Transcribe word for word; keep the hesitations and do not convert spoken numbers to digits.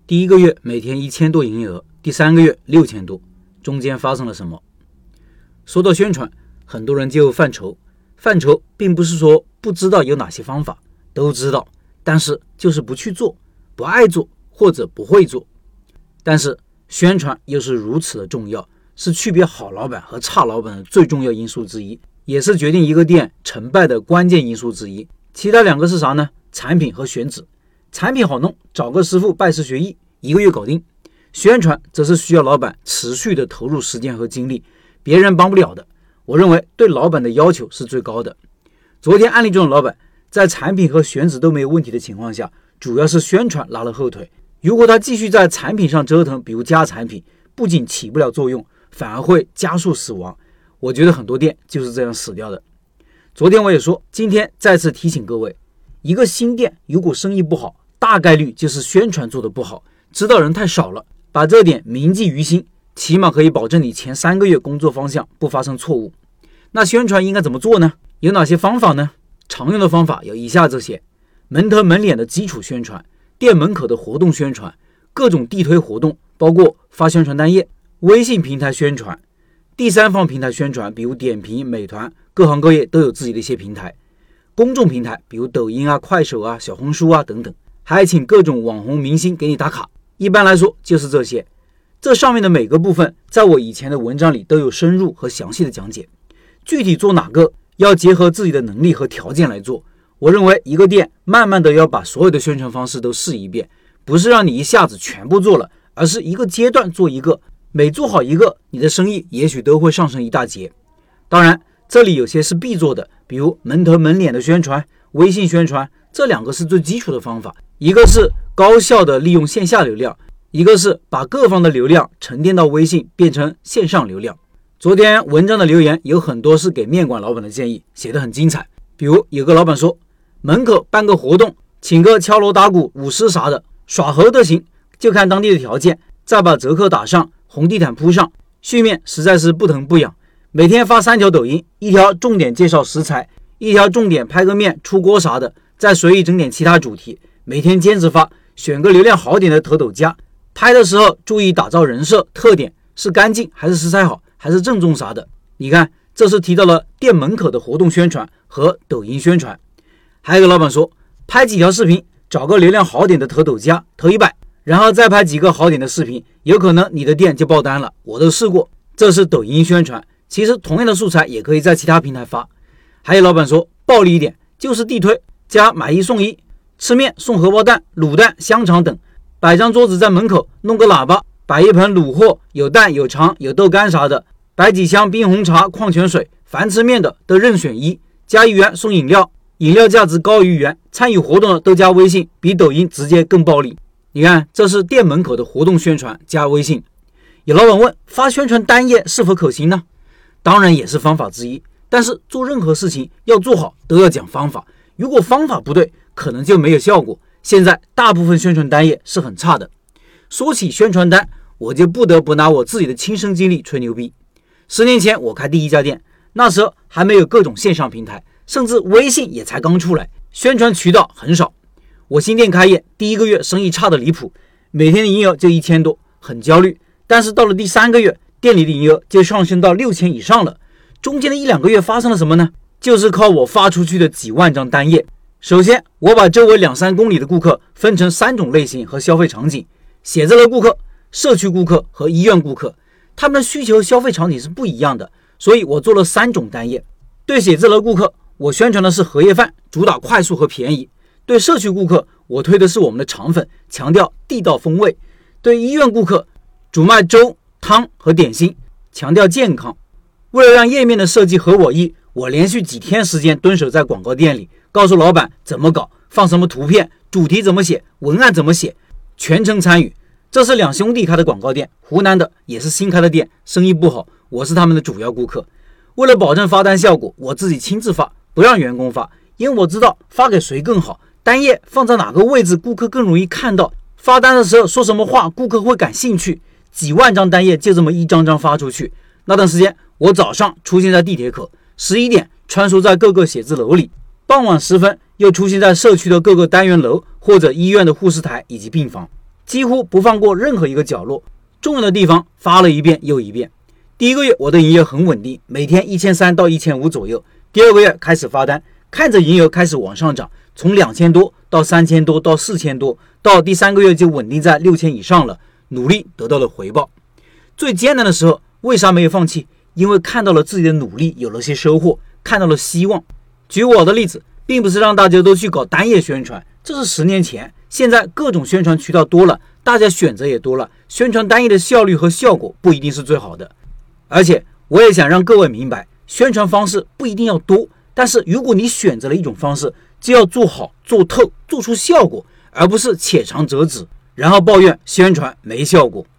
第一个月每天一千多营业额，第三个月六千多，中间发生了什么？说到宣传，很多人就犯愁。犯愁并不是说不知道有哪些方法，都知道，但是就是不去做，不爱做或者不会做。但是宣传又是如此的重要，是区别好老板和差老板的最重要因素之一，也是决定一个店成败的关键因素之一。其他两个是啥呢？产品和选址。产品好弄，找个师傅拜师学艺，一个月搞定。宣传则是需要老板持续的投入时间和精力，别人帮不了的。我认为对老板的要求是最高的。昨天案例中的老板在产品和选址都没有问题的情况下，主要是宣传拉了后腿。如果他继续在产品上折腾，比如加产品，不仅起不了作用，反而会加速死亡。我觉得很多店就是这样死掉的。昨天我也说，今天再次提醒各位，一个新店如果生意不好，大概率就是宣传做得不好，知道人太少了。把这点铭记于心，起码可以保证你前三个月工作方向不发生错误。那宣传应该怎么做呢？有哪些方法呢？常用的方法有以下这些：门头门脸的基础宣传，店门口的活动宣传，各种地推活动，包括发宣传单页，微信平台宣传，第三方平台宣传，比如点评、美团，各行各业都有自己的一些平台，公众平台，比如抖音啊、快手啊、小红书啊等等，还请各种网红明星给你打卡。一般来说就是这些。这上面的每个部分在我以前的文章里都有深入和详细的讲解，具体做哪个要结合自己的能力和条件来做。我认为一个店慢慢的要把所有的宣传方式都试一遍，不是让你一下子全部做了，而是一个阶段做一个，每做好一个，你的生意也许都会上升一大截。当然这里有些是必做的，比如门头门脸的宣传、微信宣传，这两个是最基础的方法，一个是高效的利用线下流量，一个是把各方的流量沉淀到微信变成线上流量。昨天文章的留言有很多是给面馆老板的建议，写得很精彩。比如有个老板说，门口办个活动，请个敲锣打鼓舞狮啥的，耍猴都行，就看当地的条件，再把折扣打上，红地毯铺上，续面实在是不疼不痒。每天发三条抖音，一条重点介绍食材，一条重点拍个面出锅啥的，再随意整点其他主题，每天坚持发，选个流量好点的头抖加，拍的时候注意打造人设特点，是干净还是食材好还是正宗啥的。你看这是提到了店门口的活动宣传和抖音宣传。还有个老板说，拍几条视频，找个流量好点的头抖加投一百，然后再拍几个好点的视频，有可能你的店就爆单了，我都试过。这是抖音宣传，其实同样的素材也可以在其他平台发。还有老板说，暴力一点就是地推加买一送一，吃面送荷包蛋、卤蛋、香肠等，摆张桌子在门口，弄个喇叭，摆一盆卤货，有蛋有肠有豆干啥的，摆几箱冰红茶、矿泉水，凡吃面的都任选一，加一元送饮料，饮料价值高于一元，参与活动的都加微信，比抖音直接更暴力。你看这是店门口的活动宣传加微信。有老板问，发宣传单页是否可行呢？当然也是方法之一，但是做任何事情要做好都要讲方法，如果方法不对，可能就没有效果。现在大部分宣传单页是很差的。说起宣传单，我就不得不拿我自己的亲身经历吹牛逼。十年前我开第一家店，那时候还没有各种线上平台，甚至微信也才刚出来，宣传渠道很少。我新店开业第一个月生意差得离谱，每天的营业额就一千多，很焦虑。但是到了第三个月，店里的营业额就上升到六千以上了。中间的一两个月发生了什么呢？就是靠我发出去的几万张单页。首先我把周围两三公里的顾客分成三种类型和消费场景，写字楼顾客、社区顾客和医院顾客，他们的需求消费场景是不一样的，所以我做了三种单页。对写字楼顾客，我宣传的是荷叶饭，主打快速和便宜。对社区顾客，我推的是我们的肠粉，强调地道风味。对医院顾客，主卖粥、汤和点心，强调健康。为了让页面的设计合我意，我连续几天时间蹲守在广告店里，告诉老板怎么搞，放什么图片，主题怎么写，文案怎么写，全程参与。这是两兄弟开的广告店，湖南的，也是新开的店，生意不好，我是他们的主要顾客。为了保证发单效果，我自己亲自发，不让员工发，因为我知道发给谁更好，单页放在哪个位置顾客更容易看到，发单的时候说什么话顾客会感兴趣。几万张单页就这么一张张发出去。那段时间我早上出现在地铁口，十一点穿梭在各个写字楼里，傍晚时分又出现在社区的各个单元楼或者医院的护士台以及病房。 几乎不放过任何一个角落，重要的地方发了一遍又一遍。第一个月我的营业额很稳定，每天一千三到一千五左右。第二个月开始发单，看着营业额开始往上涨，从两千多到三千多到四千多，到第三个月就稳定在六千以上了，努力得到了回报。最艰难的时候为啥没有放弃？因为看到了自己的努力有了些收获，看到了希望。举我的例子，并不是让大家都去搞单页宣传，这是十年前，现在各种宣传渠道多了，大家选择也多了，宣传单页的效率和效果不一定是最好的。而且我也想让各位明白，宣传方式不一定要多，但是如果你选择了一种方式，就要做好做透，做出效果，而不是且长则止，然后抱怨宣传没效果。